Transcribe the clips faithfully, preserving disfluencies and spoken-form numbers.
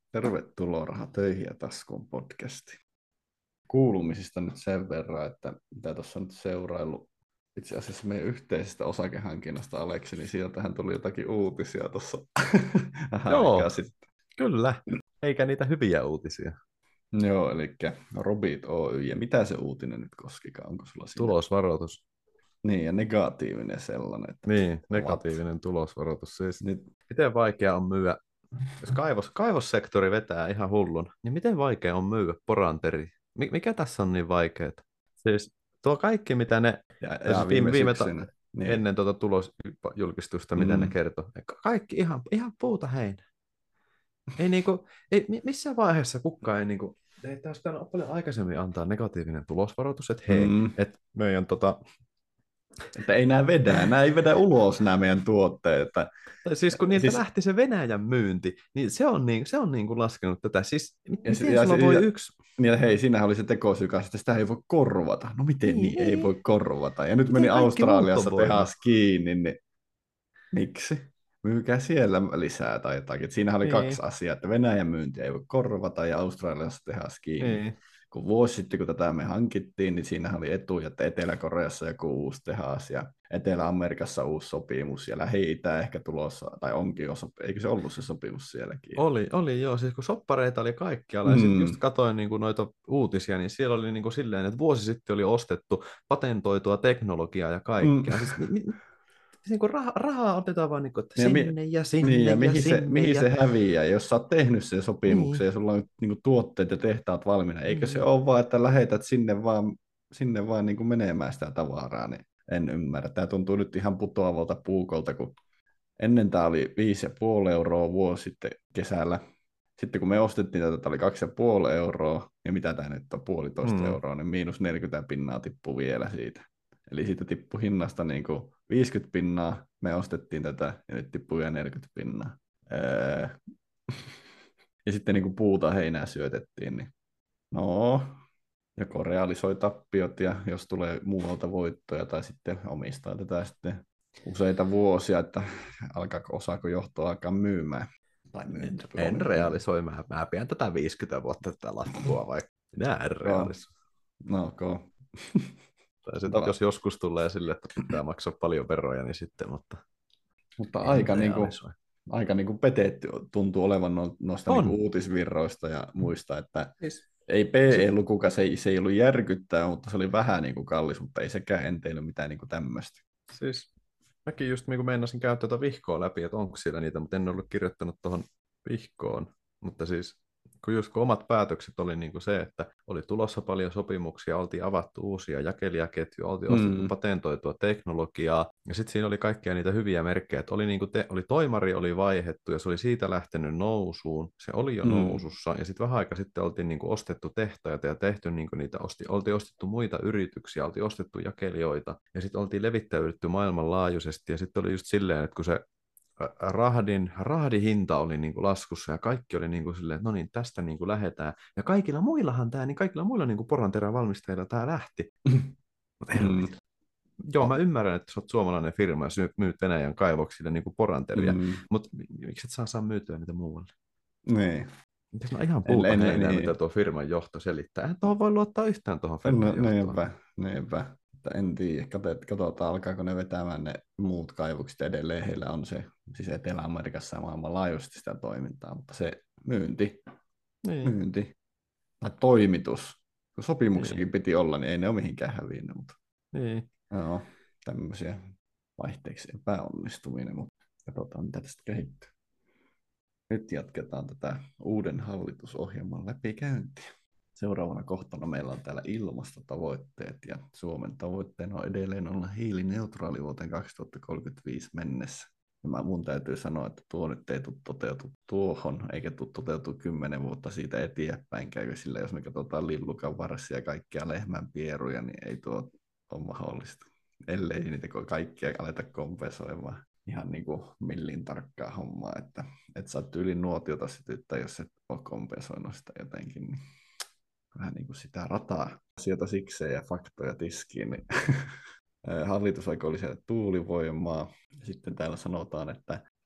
Tervetuloa Raha töihin ja taskuun podcastiin. Kuulumisista nyt sen verran, että mitä tuossa on nyt seuraillut itse asiassa meidän yhteisestä osakehankinnasta Aleksi, niin sieltähän tuli jotakin uutisia tuossa vähän aikaa Joo, sitten. kyllä. Eikä niitä hyviä uutisia. Joo, eli Robit Oy. Ja mitä se uutinen nyt koskikaan? Onko sulla siinä? Tulosvaroitus. Niin, ja negatiivinen sellainen. Että Niin, ovat... negatiivinen tulosvaroitus. Siis Nyt... miten vaikea on myyä, jos kaivos, kaivossektori vetää ihan hullun, niin miten vaikea on myyä poranteri? Mikä tässä on niin vaikeaa? Siis tuo kaikki, mitä ne, Ja, tai ja siis viime, viime viime ta, syksynä. Niin. ennen tuota tulosjulkistusta, mitä Mm. ne kertoi, kaikki ihan, ihan puuta heinä. Ei, niinku, ei missään vaiheessa kukaan ei, niinku, ei taas pitänyt paljon aikaisemmin antaa negatiivinen tulosvaroitus, että hei, Mm. että meidän tota, Että ei nämä vedä, nämä ei vedä ulos nämä meidän tuotteet. Että... siis kun niiltä siis... lähti se Venäjän myynti, niin se on, niin, se on niin kuin laskenut tätä. Siis Ja, miten ja, sulla ja, voi ja, yksi... ja hei, siinähän oli se tekosykäs, että sitä ei voi korvata. No miten niin, Niin, ei ei. voi korvata? Ja nyt Miten meni kaikki Australiassa huutovoima? tehas kiinni, niin miksi? Myykää siellä lisää tai jotakin. Et siinähän oli Niin, kaksi asiaa, että Venäjän myynti ei voi korvata ja Australiassa tehas kiinni. niin. Kun vuosi sitten, kun tätä me hankittiin, niin siinähän oli etu, että Etelä-Koreassa joku uusi tehas ja Etelä-Amerikassa uusi sopimus ja Lähi-Itä ehkä tulossa, tai onkin jo, sopi- eikö se ollut se sopimus sielläkin? Oli, oli joo, siis kun soppareita oli kaikkialla, ja sitten Mm. just katsoin niin kuin noita uutisia, niin siellä oli niin kuin silleen, että vuosi sitten oli ostettu patentoitua teknologiaa ja Mm. kaikkea. Siis, mi, mi, niin kuin raha, rahaa otetaan vaan niin kuin, että Ja mi- sinne ja niin, sinne ja ja mihin se, sinne mihin ja... se häviää, jos sä oot tehnyt sen sopimuksen Niin, ja sulla on niin kuin, tuotteet ja tehtaat valmiina, eikö se niin. ole vaan, että lähetät sinne vaan, sinne vaan niin kuin menemään sitä tavaraa, niin en ymmärrä. Tämä tuntuu nyt ihan putoavalta puukolta, kun ennen tämä oli viisi pilkku viisi euroa vuosi sitten kesällä. Sitten kun me ostettiin tätä, tämä oli kaksi pilkku viisi euroa, ja mitä tämä nyt on, puolitoista Mm. euroa, niin miinus neljäkymmentä pinnaa tippui vielä siitä. Eli siitä tippui hinnasta niin kuin viisikymmentä pinnaa, me ostettiin tätä, ja nyt tippui vielä neljäkymmentä pinnaa. Öö. Ja sitten niin kuin puuta heinää syötettiin, niin no, joko realisoi tappiot, ja jos tulee muualta voittoja, tai sitten omistaa tätä sitten useita vuosia, että alkaako osaako johto alkaa myymään. Tai En, myynti, en realisoi, mä, mä pidän tätä viisikymmentä vuotta tätä laskua, vaikka minä en realisoi. No, okay. Tai sitten, jos joskus tulee sille, että pitää maksaa paljon veroja, niin sitten, mutta, mutta aika, niin kuin, aika niin kuin petetty tuntuu olevan no, noista niin kuin uutisvirroista ja muista, että siis, ei P E-lukukaan, se ei, se ei ollut järkyttää, mutta se oli vähän niin kuin kallis, mutta ei sekään enteily mitään niin kuin tämmöistä. Siis mäkin just niin kuin meinasin käyttää tuota vihkoa läpi, että onko siellä niitä, mutta en ollut kirjoittanut tuohon vihkoon, mutta siis kun just kun omat päätökset oli niin kuin se, että oli tulossa paljon sopimuksia, oltiin avattu uusia jakelijaketjuja, oltiin ostettu mm. patentoitua teknologiaa, ja sitten siinä oli kaikkia niitä hyviä merkkejä, että oli, niin kuin te, oli toimari oli vaihettu, ja se oli siitä lähtenyt nousuun, se oli jo mm. nousussa, ja sitten vähän aika sitten oltiin niin kuin ostettu tehtaita ja tehty niin kuin niitä, osti, oltiin ostettu muita yrityksiä, oltiin ostettu jakelijoita, ja sitten oltiin levittäydytty maailmanlaajuisesti, ja sitten oli just silleen, että kun se rahdin, rahdihinta oli niin kuin laskussa ja kaikki oli niin kuin silleen, että no niin, tästä niin kuin lähdetään. Ja kaikilla muillahan tämä, niin kaikilla muilla niin kuin poranterän valmistajilla tämä lähti. Mutta mm. Joo, mä ymmärrän, että sä oot suomalainen firma ja myyt Venäjän kaivoksille niin kuin poranteria, mm. mutta miksi et saa saa myytyä niitä muualle? Niin. Mitäs on ihan puuta en, heinää, niin. Mitä tuo firman johto selittää. Eihän tuohon voi luottaa yhtään tuohon firman no, johtoon. Niinpä, niinpä. En tiedä, katsotaan alkaako ne vetämään ne muut kaivokset edelleen. Heillä on se, siis Etelä-Amerikassa ja maailmanlaajuisesti sitä toimintaa, mutta se myynti, niin. myynti tai toimitus, kun sopimuksikin niin. piti olla, niin ei ne ole mihinkään hävinnyt. Mutta niin. Joo, tämmöisiä vaihteeksi epäonnistuminen, mutta katsotaan mitä tästä kehittyy. Nyt jatketaan tätä uuden hallitusohjelman läpikäyntiä. Seuraavana kohtana meillä on täällä ilmastotavoitteet, ja Suomen tavoitteena on edelleen olla hiilineutraali vuoteen kaksituhattakolmekymmentäviisi mennessä. Ja mä mun täytyy sanoa, että tuo nyt ei tule toteutu tuohon, eikä tule toteutu kymmenen vuotta siitä eteenpäin, käykö sillä, jos me katsotaan lillukan varsia ja kaikkia lehmän pieruja, niin ei tuo ole mahdollista, ellei niitä kaikkia aleta kompensoimaan. Ihan niin kuin millin tarkkaa hommaa, että et saa tyylin nuotiota sytyttää, jos et ole kompensoinut sitä jotenkin, niin vähän niin kuin sitä rataa sieltä sikseen ja faktoja tiskiin, niin hallitus aikoo lisätä tuulivoimaa. Sitten täällä sanotaan, että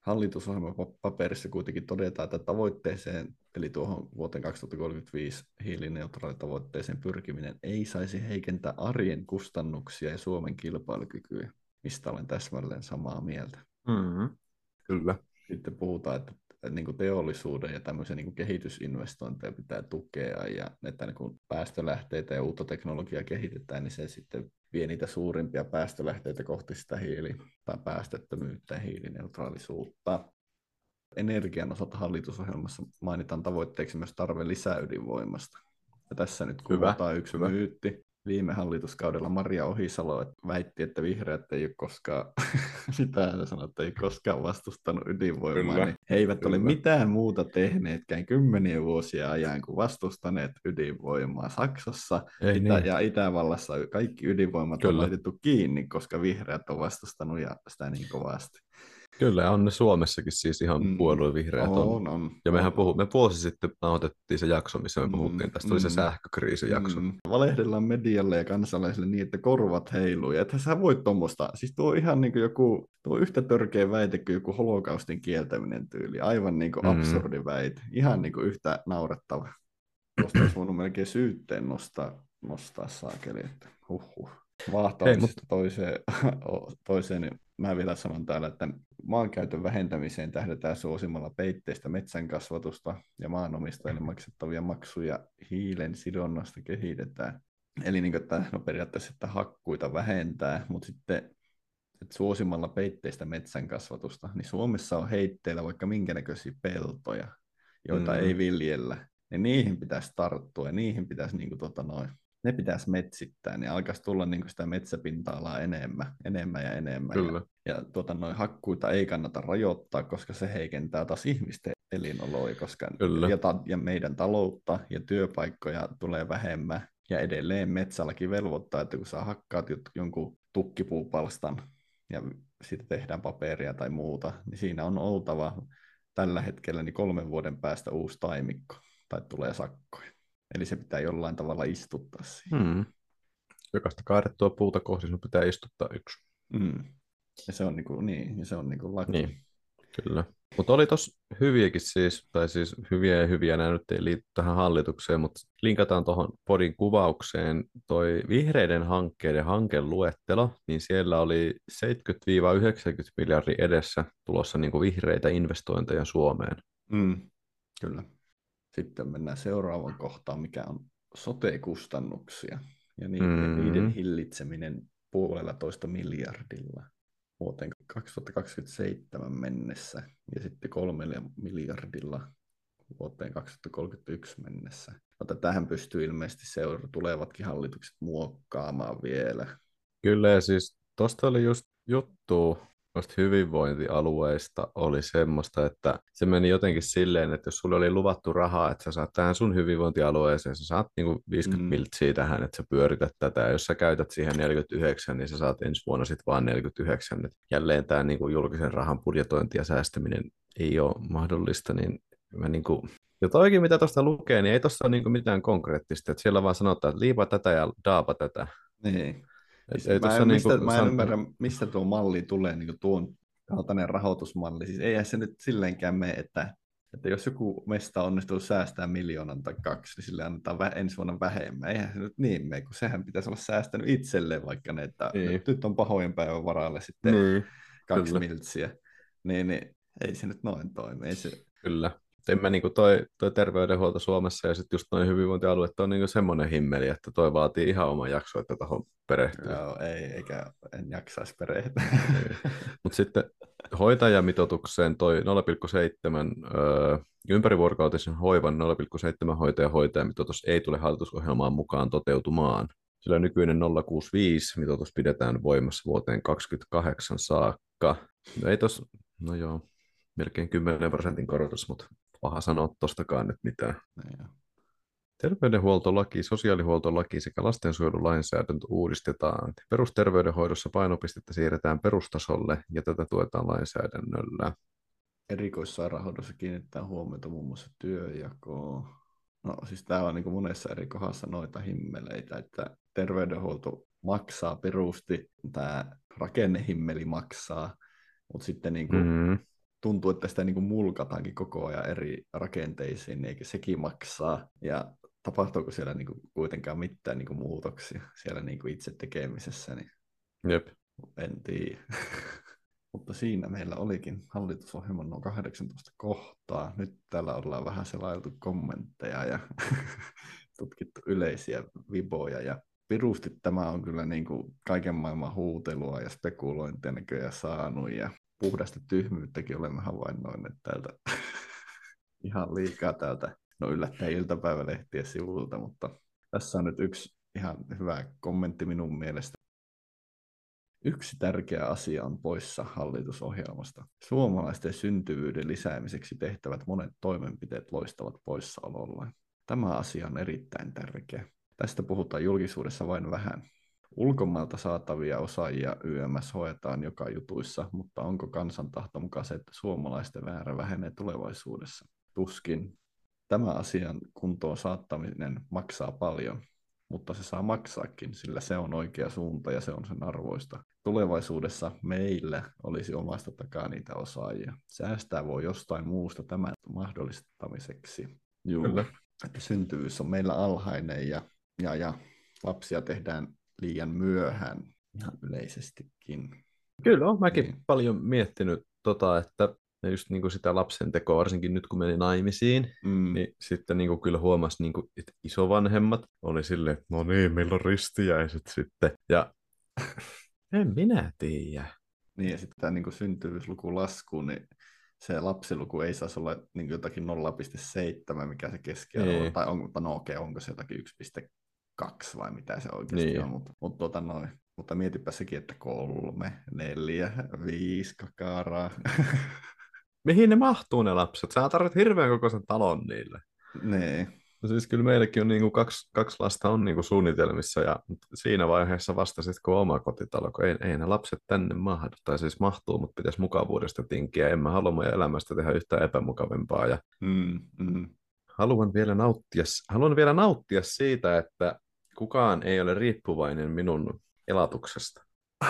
hallitusohjelman paperissa kuitenkin todetaan, että tavoitteeseen, eli tuohon vuoteen kaksituhattakolmekymmentäviisi hiilineutraalitavoitteeseen pyrkiminen ei saisi heikentää arjen kustannuksia ja Suomen kilpailukykyä, mistä olen täsmälleen samaa mieltä. Mm-hmm. Kyllä. Sitten puhutaan, että niin kuin teollisuuden ja tämmöisiä niin kuin kehitysinvestointeja pitää tukea, ja että niin kuin päästölähteitä ja uutta teknologiaa kehitetään, niin se sitten vie niitä suurimpia päästölähteitä kohti sitä hiili- tai päästöttömyyttä ja hiilineutraalisuutta. Energian osalta hallitusohjelmassa mainitaan tavoitteeksi myös tarve lisäydinvoimasta. Ja tässä nyt kuvataan yksi Hyvä. myytti. Viime hallituskaudella Maria Ohisalo väitti, että vihreät ei ole koskaan, mitä hän sanoi, että ei koskaan vastustanut ydinvoimaa, Kyllä. niin he eivät Kyllä. ole mitään muuta tehneetkään kymmeniä vuosia ajan kuin vastustaneet ydinvoimaa. Saksassa ei Itä- niin. ja Itävallassa kaikki ydinvoimat Kyllä. on laitettu kiinni, koska vihreät on vastustanut ja sitä niin kovasti. Kyllä, on ne Suomessakin siis ihan mm. puoluevihreät on. on, on ja mehän on, puhu, me vuosi sitten nauhoitettiin se jakso, missä me puhuttiin. Tästä mm. oli se sähkökriisijakso. Mm. Valehdellaan medialle ja kansalaisille niin, että korvat heiluu. Ja että sä voit tuommoista, siis tuo ihan niin kuin joku, tuo yhtä törkeä väite kuin joku holokaustin kieltäminen tyyli. Aivan niin kuin mm. absurdi väite. Ihan niin kuin yhtä naurettava. Tuosta olisi voinut melkein syytteen nostaa, nostaa saakeli, että huhhuh. Vahtamisesta mutta... toiseen, toiseen, niin mä vielä sanon täällä, että maankäytön vähentämiseen tähdätään suosimalla peitteistä metsänkasvatusta ja maanomistajille maksettavia maksuja hiilen sidonnasta kehitetään. Eli niin kuin, että, no periaatteessa, että hakkuita vähentää, mutta sitten että suosimalla peitteistä metsänkasvatusta, niin Suomessa on heitteillä vaikka minkä näköisiä peltoja, joita mm. ei viljellä. Ja niihin pitäisi tarttua ja niihin pitäisi niin kuin, tota noin, ne pitäisi metsittää, niin alkaisi tulla niin kuin sitä metsäpinta-alaa enemmän, enemmän ja enemmän. Kyllä. Ja, ja tuota, noin hakkuita ei kannata rajoittaa, koska se heikentää taas ihmisten elinoloja, koska ja, ta, ja meidän taloutta ja työpaikkoja tulee vähemmän. Ja edelleen metsälläkin velvoittaa, että kun sä hakkaat jonkun tukkipuupalstan ja sitten tehdään paperia tai muuta, niin siinä on oltava tällä hetkellä niin kolmen vuoden päästä uusi taimikko tai tulee sakkoja. Eli se pitää jollain tavalla istuttaa siihen. Hmm. Jokaista kaadettua puuta kohti sun pitää istuttaa yksi. Hmm. Ja se on niinku, niin, ja se on niinku laki. Niin, kyllä. Mutta oli tossa hyviäkin siis, tai siis hyviä ja hyviä, nämä nyt ei liity tähän hallitukseen, mutta linkataan tuohon podin kuvaukseen toi vihreiden hankkeiden hankeluettelo, niin siellä oli seitsemänkymmentä yhdeksänkymmentä miljardia edessä tulossa niinku vihreitä investointeja Suomeen. Hmm. Kyllä. Sitten mennään seuraavaan kohtaan, mikä on sote-kustannuksia ja niiden, mm-hmm. niiden hillitseminen puolella toista miljardilla vuoteen kaksituhattakaksikymmentäseitsemän mennessä ja sitten kolmella miljardilla vuoteen kaksituhattakolmekymmentäyksi mennessä. Mutta tähän pystyy ilmeisesti seura- tulevatkin hallitukset muokkaamaan vielä. Kyllä, ja siis tuosta oli just juttu noista hyvinvointialueista oli semmoista, että se meni jotenkin silleen, että jos sulle oli luvattu rahaa, että sä saat tähän sun hyvinvointialueeseen, sä saat niinku viisikymmentä mm. miltsiä tähän, että sä pyörität tätä, ja jos sä käytät siihen neljäkymmentäyhdeksän, niin sä saat ensi vuonna sitten vaan neljäkymmentäyhdeksän. Et jälleen tämä niinku julkisen rahan budjetointi ja säästäminen ei ole mahdollista, niin mä niinku... Ja toikin, mitä tuosta lukee, niin ei tuossa ole niinku mitään konkreettista, että siellä vaan sanotaan, että liipa tätä ja daapa tätä. Niin. Siis ei mä, en, mistä, niinku, mä en ymmärrä, mistä tuo malli tulee, niin tuon kaltainen rahoitusmalli. Siis eihän se nyt silleenkään mene, että, että jos joku mesta onnistuu säästää miljoonan tai kaksi, niin sille annetaan vä- ensi vuonna vähemmän. Eihän se nyt niin mene, kun sehän pitäisi olla säästänyt itselleen vaikka ne, että niin. nyt, nyt on pahojen päivän varalle sitten niin. kaksi Kyllä. miltsiä. Niin, niin ei se nyt noin toimi. Ei se... Kyllä. En mä niinku toi, toi terveydenhuolto Suomessa ja sitten just noin hyvinvointialueet on niinku semmoinen himmeli, että toi vaatii ihan oman jakso, että tuohon perehtyy. Joo, ei, eikä en jaksaisi perehtyä. Mutta sitten hoitajamitoitukseen toi nolla pilkku seitsemän öö, ympärivuorokautisen hoivan nolla pilkku seitsemän hoitaja hoitajamitoitus ei tule hallitusohjelmaan mukaan toteutumaan. Sillä nykyinen nolla pilkku kuusikymmentäviisi mitoitus pidetään voimassa vuoteen kaksikymmentäkahdeksan saakka. No ei tos, no joo, melkein kymmenen prosentin korotus, mutta paha sanoa tostakaan nyt mitään. No, terveydenhuoltolaki, sosiaalihuoltolaki sekä lastensuojelulainsäädäntö uudistetaan. Perusterveydenhoidossa painopistettä siirretään perustasolle ja tätä tuetaan lainsäädännöllä. Erikoissairaanhoidossa kiinnittää huomiota muun muassa työnjakoon. No siis tämä on niin kuin monessa eri kohdassa noita himmeleitä, että terveydenhuolto maksaa perusti, tämä rakennehimmeli maksaa, mutta sitten niin kuin mm-hmm. tuntuu, että sitä niin kuin mulkataankin koko ajan eri rakenteisiin, niin eikä sekin maksaa. Ja tapahtuuko siellä niin kuin kuitenkaan mitään niin kuin muutoksia siellä niin kuin itse tekemisessä, niin Jep. en tiedä. Mutta siinä meillä olikin hallitusohjelman noin kahdeksantoista kohtaa. Nyt täällä ollaan vähän selailtu kommentteja ja tutkittu yleisiä viboja. Ja pirusti tämä on kyllä niin kuin kaiken maailman huutelua ja spekulointia näköjään saanut. Ja puhdasta tyhmyyttäkin olemme havainnoineet täältä ihan liikaa täältä. No yllättäen iltapäivälehtien sivulta, mutta tässä on nyt yksi ihan hyvä kommentti minun mielestä. Yksi tärkeä asia on poissa hallitusohjelmasta. Suomalaisten syntyvyyden lisäämiseksi tehtävät monet toimenpiteet loistavat poissaolollaan. Tämä asia on erittäin tärkeä. Tästä puhutaan julkisuudessa vain vähän. Ulkomailta saatavia osaajia Y M S hoetaan joka jutuissa, mutta onko kansan tahto mukaan se, että suomalaisten määrä vähenee tulevaisuudessa? Tuskin. Tämä asian kuntoon saattaminen maksaa paljon. Mutta se saa maksaakin, sillä se on oikea suunta ja se on sen arvoista. Tulevaisuudessa meillä olisi omasta takaa niitä osaajia. Säästää voi jostain muusta tämän mahdollistamiseksi. Juu, Kyllä. että syntyvyys on meillä alhainen ja, ja, ja lapsia tehdään liian myöhään ihan yleisestikin. Kyllä, olen mäkin Niin. paljon miettinyt, tota, että just niin kuin sitä lapsen tekoa, varsinkin nyt kun meni naimisiin, Mm. niin sitten niin kuin kyllä huomasi, niin kuin, että isovanhemmat oli silleen, että no niin, meillä on ristiäiset sitten. Ja en minä tiedä. Niin, ja sitten tämä niin syntyvyysluku lasku, niin se lapsiluku ei saisi olla niin jotakin nolla pilkku seitsemän, mikä se keskiarvo on. Niin. Tai on, no okei, onko se jotakin yksi pilkku kaksi vai mitä se oikeasti Niin. on. Mutta, mutta, tuota noin. mutta mietipä sekin, että kolme, neljä, viisi kakaraa. Mihin ne mahtuu ne lapset? Sä tarvitset hirveän kokoisen talon niille. Nee. No siis kyllä meilläkin on niinku kaksi, kaksi lasta on niinku suunnitelmissa ja siinä vaiheessa vasta sitten kun on oma kotitalo, kun ei, ei ne lapset tänne mahdu, tai siis mahtuu, mutta pitäisi mukavuudesta tinkiä. En mä halua meidän elämästä tehdä yhtään epämukavampaa ja Mm, mm. haluan vielä nauttia, haluan vielä nauttia siitä, että kukaan ei ole riippuvainen minun elatuksesta.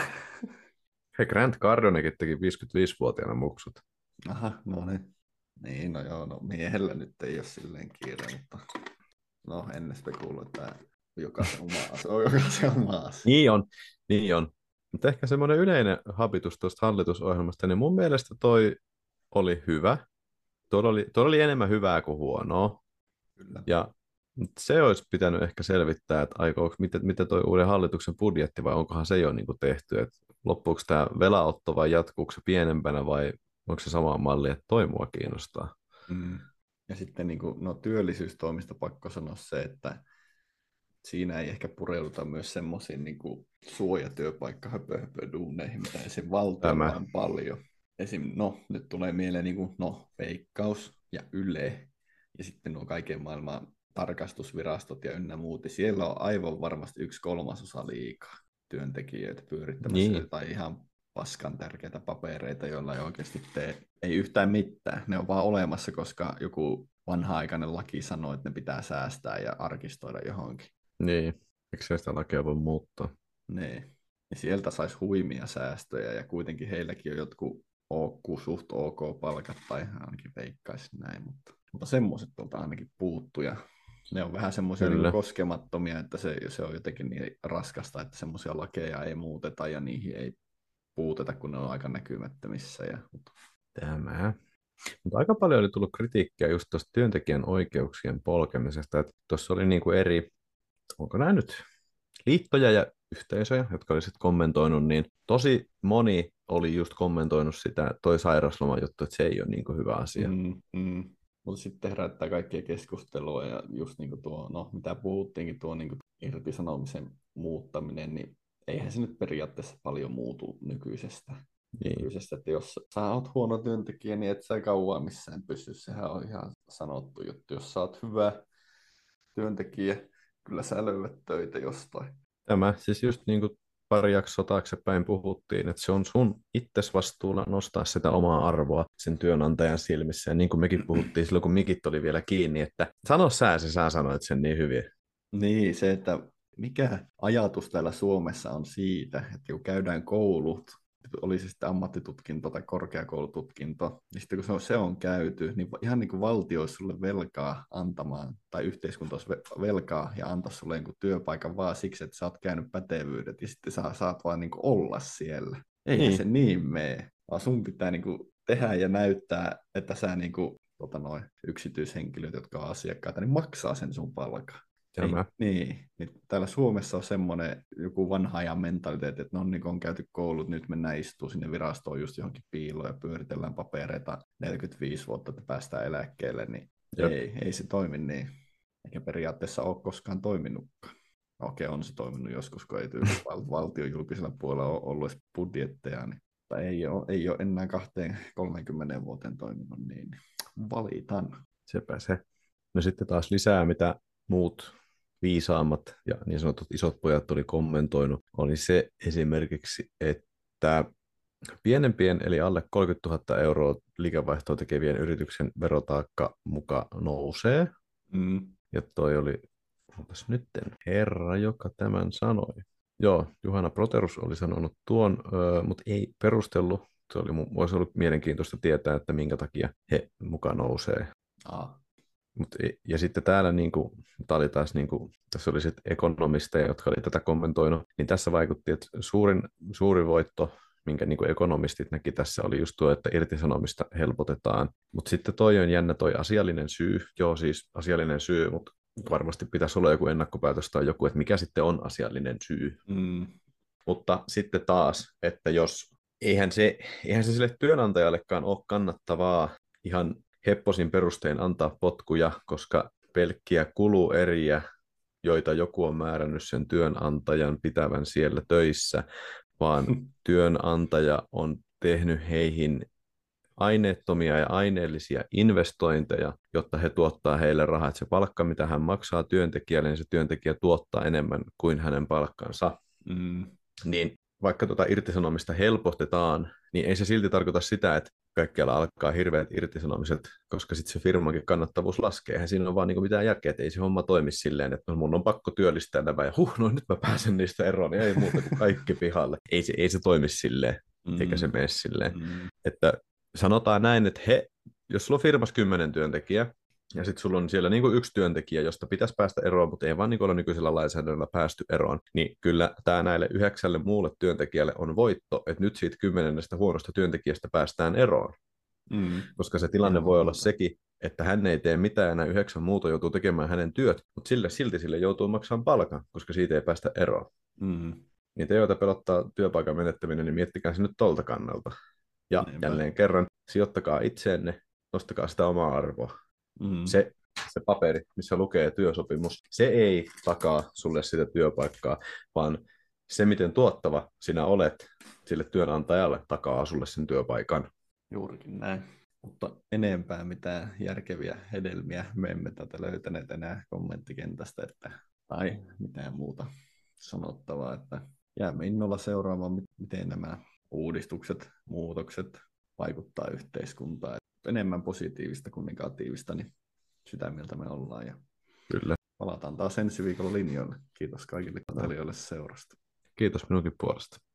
Hei, Grant Cardonekin teki viisikymmentäviisivuotiaana muksut. Aha, no niin. Niin, no joo, no miehellä nyt ei ole silleen kiire, mutta no en spekuloi, että jokaisen oma asia on jokaisen oma asia. Niin on, niin on. Mutta ehkä semmoinen yleinen habitus tuosta hallitusohjelmasta, niin mun mielestä toi oli hyvä. Tuolla oli, tuolla oli enemmän hyvää kuin huonoa. Kyllä. Ja se olisi pitänyt ehkä selvittää, että aikooko, miten, miten toi uuden hallituksen budjetti vai onkohan se jo niin kuin tehty. Että loppuuko tämä velanotto vai jatkuuko se pienempänä vai onko se sama malli, että toi mua kiinnostaa. Mm. Ja sitten niin kuin, no, työllisyystoimista pakko sanoa se, että siinä ei ehkä pureuduta myös semmoisiin niin suojatyöpaikka-höpö-höpö-duuneihin, mitä esim. Valtiolla on paljon. Esim. No, nyt tulee mieleen niin kuin, no, Veikkaus ja Yle ja sitten nuo kaiken maailman tarkastusvirastot ja ynnä muut. Siellä on aivan varmasti yksi kolmasosa liikaa työntekijöitä pyörittämässä Niin. tai ihan paskan tärkeitä papereita, joilla ei oikeasti tee ei yhtään mitään. Ne on vaan olemassa, koska joku vanha-aikainen laki sanoo, että ne pitää säästää ja arkistoida johonkin. Niin, eikö se sitä lakia voi muuttaa? Niin. Ja sieltä saisi huimia säästöjä ja kuitenkin heilläkin on jotkut OK, suht OK palkat tai ainakin veikkaisi näin, mutta, mutta semmoiset tuolta ainakin puuttuu ja ne on vähän semmoisia niin koskemattomia, että se, se on jotenkin niin raskasta, että semmoisia lakeja ei muuteta ja niihin ei puuteta, kun ne on aika näkymättömissä. Ja... Tämä. Mutta aika paljon oli tullut kritiikkiä just tuosta työntekijän oikeuksien polkemisesta, että tuossa oli niinku eri, onko nämä nyt liittoja ja yhteisöjä, jotka oli sitten kommentoinut, niin tosi moni oli just kommentoinut sitä, toi sairausloma juttu, että se ei ole niinku hyvä asia. Mm, mm. Mutta sitten herättää kaikkia keskustelua ja just niinku tuo, no mitä puhuttiinkin, tuo niinku irtisanomisen muuttaminen, niin eihän se nyt periaatteessa paljon muutu nykyisestä. Niin. nykyisestä. Että jos sä oot huono työntekijä, niin et sä kauan missään pysy. Sehän on ihan sanottu juttu. Jos sä oot hyvä työntekijä, kyllä sä löydät töitä jostain. Tämä siis just niin kuin pari jaksoa taaksepäin puhuttiin, että se on sun itses vastuulla nostaa sitä omaa arvoa sen työnantajan silmissä. Ja niin kuin mekin puhuttiin silloin, kun mikit oli vielä kiinni, että sano sä se, sä sanoit sen niin hyvin. Niin, se, että mikä ajatus täällä Suomessa on siitä, että kun käydään koulut oli se sitten ammattitutkinto tai korkeakoulututkinto, niin sitten kun se on, se on käyty, niin ihan niin kuin valtio olisi sulle velkaa antamaan, tai yhteiskunta olisi velkaa ja antaa sulle niin kuin työpaikan vaan siksi, että sä oot käynyt pätevyydet, ja sitten sä saat vaan niin kuin olla siellä. Eihän Niin. se niin mene, vaan sun pitää niin kuin tehdä ja näyttää, että sä niin kuin, tota noin, yksityishenkilöt, jotka on asiakkaita, niin maksaa sen sun palkan. Ei, niin, niin, täällä Suomessa on semmoinen joku vanha ajan mentaliteetti, että no niin on käyty koulut, nyt mennään istuu sinne virastoon just johonkin piiloon ja pyöritellään papereita neljäkymmentäviisi vuotta, että päästään eläkkeelle, niin ei, ei se toimi niin. Eikä periaatteessa ole koskaan toiminutkaan. Okei, on se toiminut joskus, kun ei tyyli valtion julkisella puolella ole ollut edes budjetteja, niin, tai ei ole, ei ole enää kahteen kolmeenkymmeneen vuoteen toiminut niin, niin valitan. Sepä se. No sitten taas lisää, mitä muut viisaammat ja niin sanotut isot pojat oli kommentoinut, oli se esimerkiksi, että pienempien eli alle kolmekymmentätuhatta euroa liikevaihtoa tekevien yrityksen verotaakka muka nousee. Mm. Ja toi oli, onpas nytten herra, joka tämän sanoi. Joo, Juhana Proterus oli sanonut tuon, mutta ei perustellut. Se oli, olisi ollut mielenkiintoista tietää, että minkä takia he muka nousee. Ah. Mut, ja sitten täällä, niin kuin, tämä oli taas, niin kuin, tässä oli sitten ekonomisteja, jotka oli tätä kommentoinut, niin tässä vaikutti, että suurin, suuri voitto, minkä niin kuin ekonomistit näki tässä, oli just tuo, että irtisanomista helpotetaan. Mutta sitten toi on jännä toi asiallinen syy, joo siis asiallinen syy, mutta varmasti pitäisi olla joku ennakkopäätös tai joku, että mikä sitten on asiallinen syy. Mm. Mutta sitten taas, että jos, eihän se, eihän se sille työnantajallekaan ole kannattavaa ihan hepposin perustein antaa potkuja, koska pelkkiä kulueriä, joita joku on määrännyt sen työnantajan pitävän siellä töissä, vaan työnantaja on tehnyt heihin aineettomia ja aineellisia investointeja, jotta he tuottaa heille rahaa. Että se palkka, mitä hän maksaa työntekijälle, niin se työntekijä tuottaa enemmän kuin hänen palkkansa. Mm. Niin vaikka tuota irtisanomista helpotetaan, niin ei se silti tarkoita sitä, että kaikkialla alkaa hirveät irtisanomiset, koska sitten se firmankin kannattavuus laskee. Eihän siinä ole vaan niinku mitään järkeä, että ei se homma toimi silleen, että no, mun on pakko työllistää nämä ja huh, no nyt mä pääsen niistä eroon, niin ei muuta kuin kaikki pihalle. Ei se, ei se toimi silleen, mm. eikä se mene silleen. Mm. Että sanotaan näin, että he, jos sulla on firmassa kymmenen työntekijää, ja sitten sulla on siellä niinku yksi työntekijä, josta pitäisi päästä eroon, mutta ei vaan niinku ole nykyisellä lainsäädännöllä päästy eroon, niin kyllä tämä näille yhdeksälle muulle työntekijälle on voitto, että nyt siitä kymmenennestä huonosta työntekijästä päästään eroon. Mm. Koska se tilanne ja voi olla sekin, että hän ei tee mitään ja nämä yhdeksän muuta joutuu tekemään hänen työt, mutta sille, silti sille joutuu maksamaan palkan, koska siitä ei päästä eroon. Mm. Niin te, joita pelottaa työpaikan menettäminen, niin miettikää se nyt tolta kannalta. Ja Nein jälleen päin. kerran, sijoittakaa itseenne, nostakaa sitä omaa arvoa. Mm. Se, se paperi, missä lukee työsopimus, se ei takaa sulle sitä työpaikkaa, vaan se, miten tuottava sinä olet sille työnantajalle, takaa sulle sen työpaikan. Juurikin näin. Mutta enempää mitään järkeviä hedelmiä me emme tätä löytäneet enää kommenttikentästä, että, tai mitään muuta sanottavaa, että jäämme innolla seuraamaan, miten nämä uudistukset, muutokset vaikuttaa yhteiskuntaan. Enemmän positiivista kuin negatiivista, niin sitä mieltä me ollaan. Ja Kyllä. Palataan taas ensi viikolla linjoille. Kiitos kaikille katselijoille seurasta. Kiitos minunkin puolesta.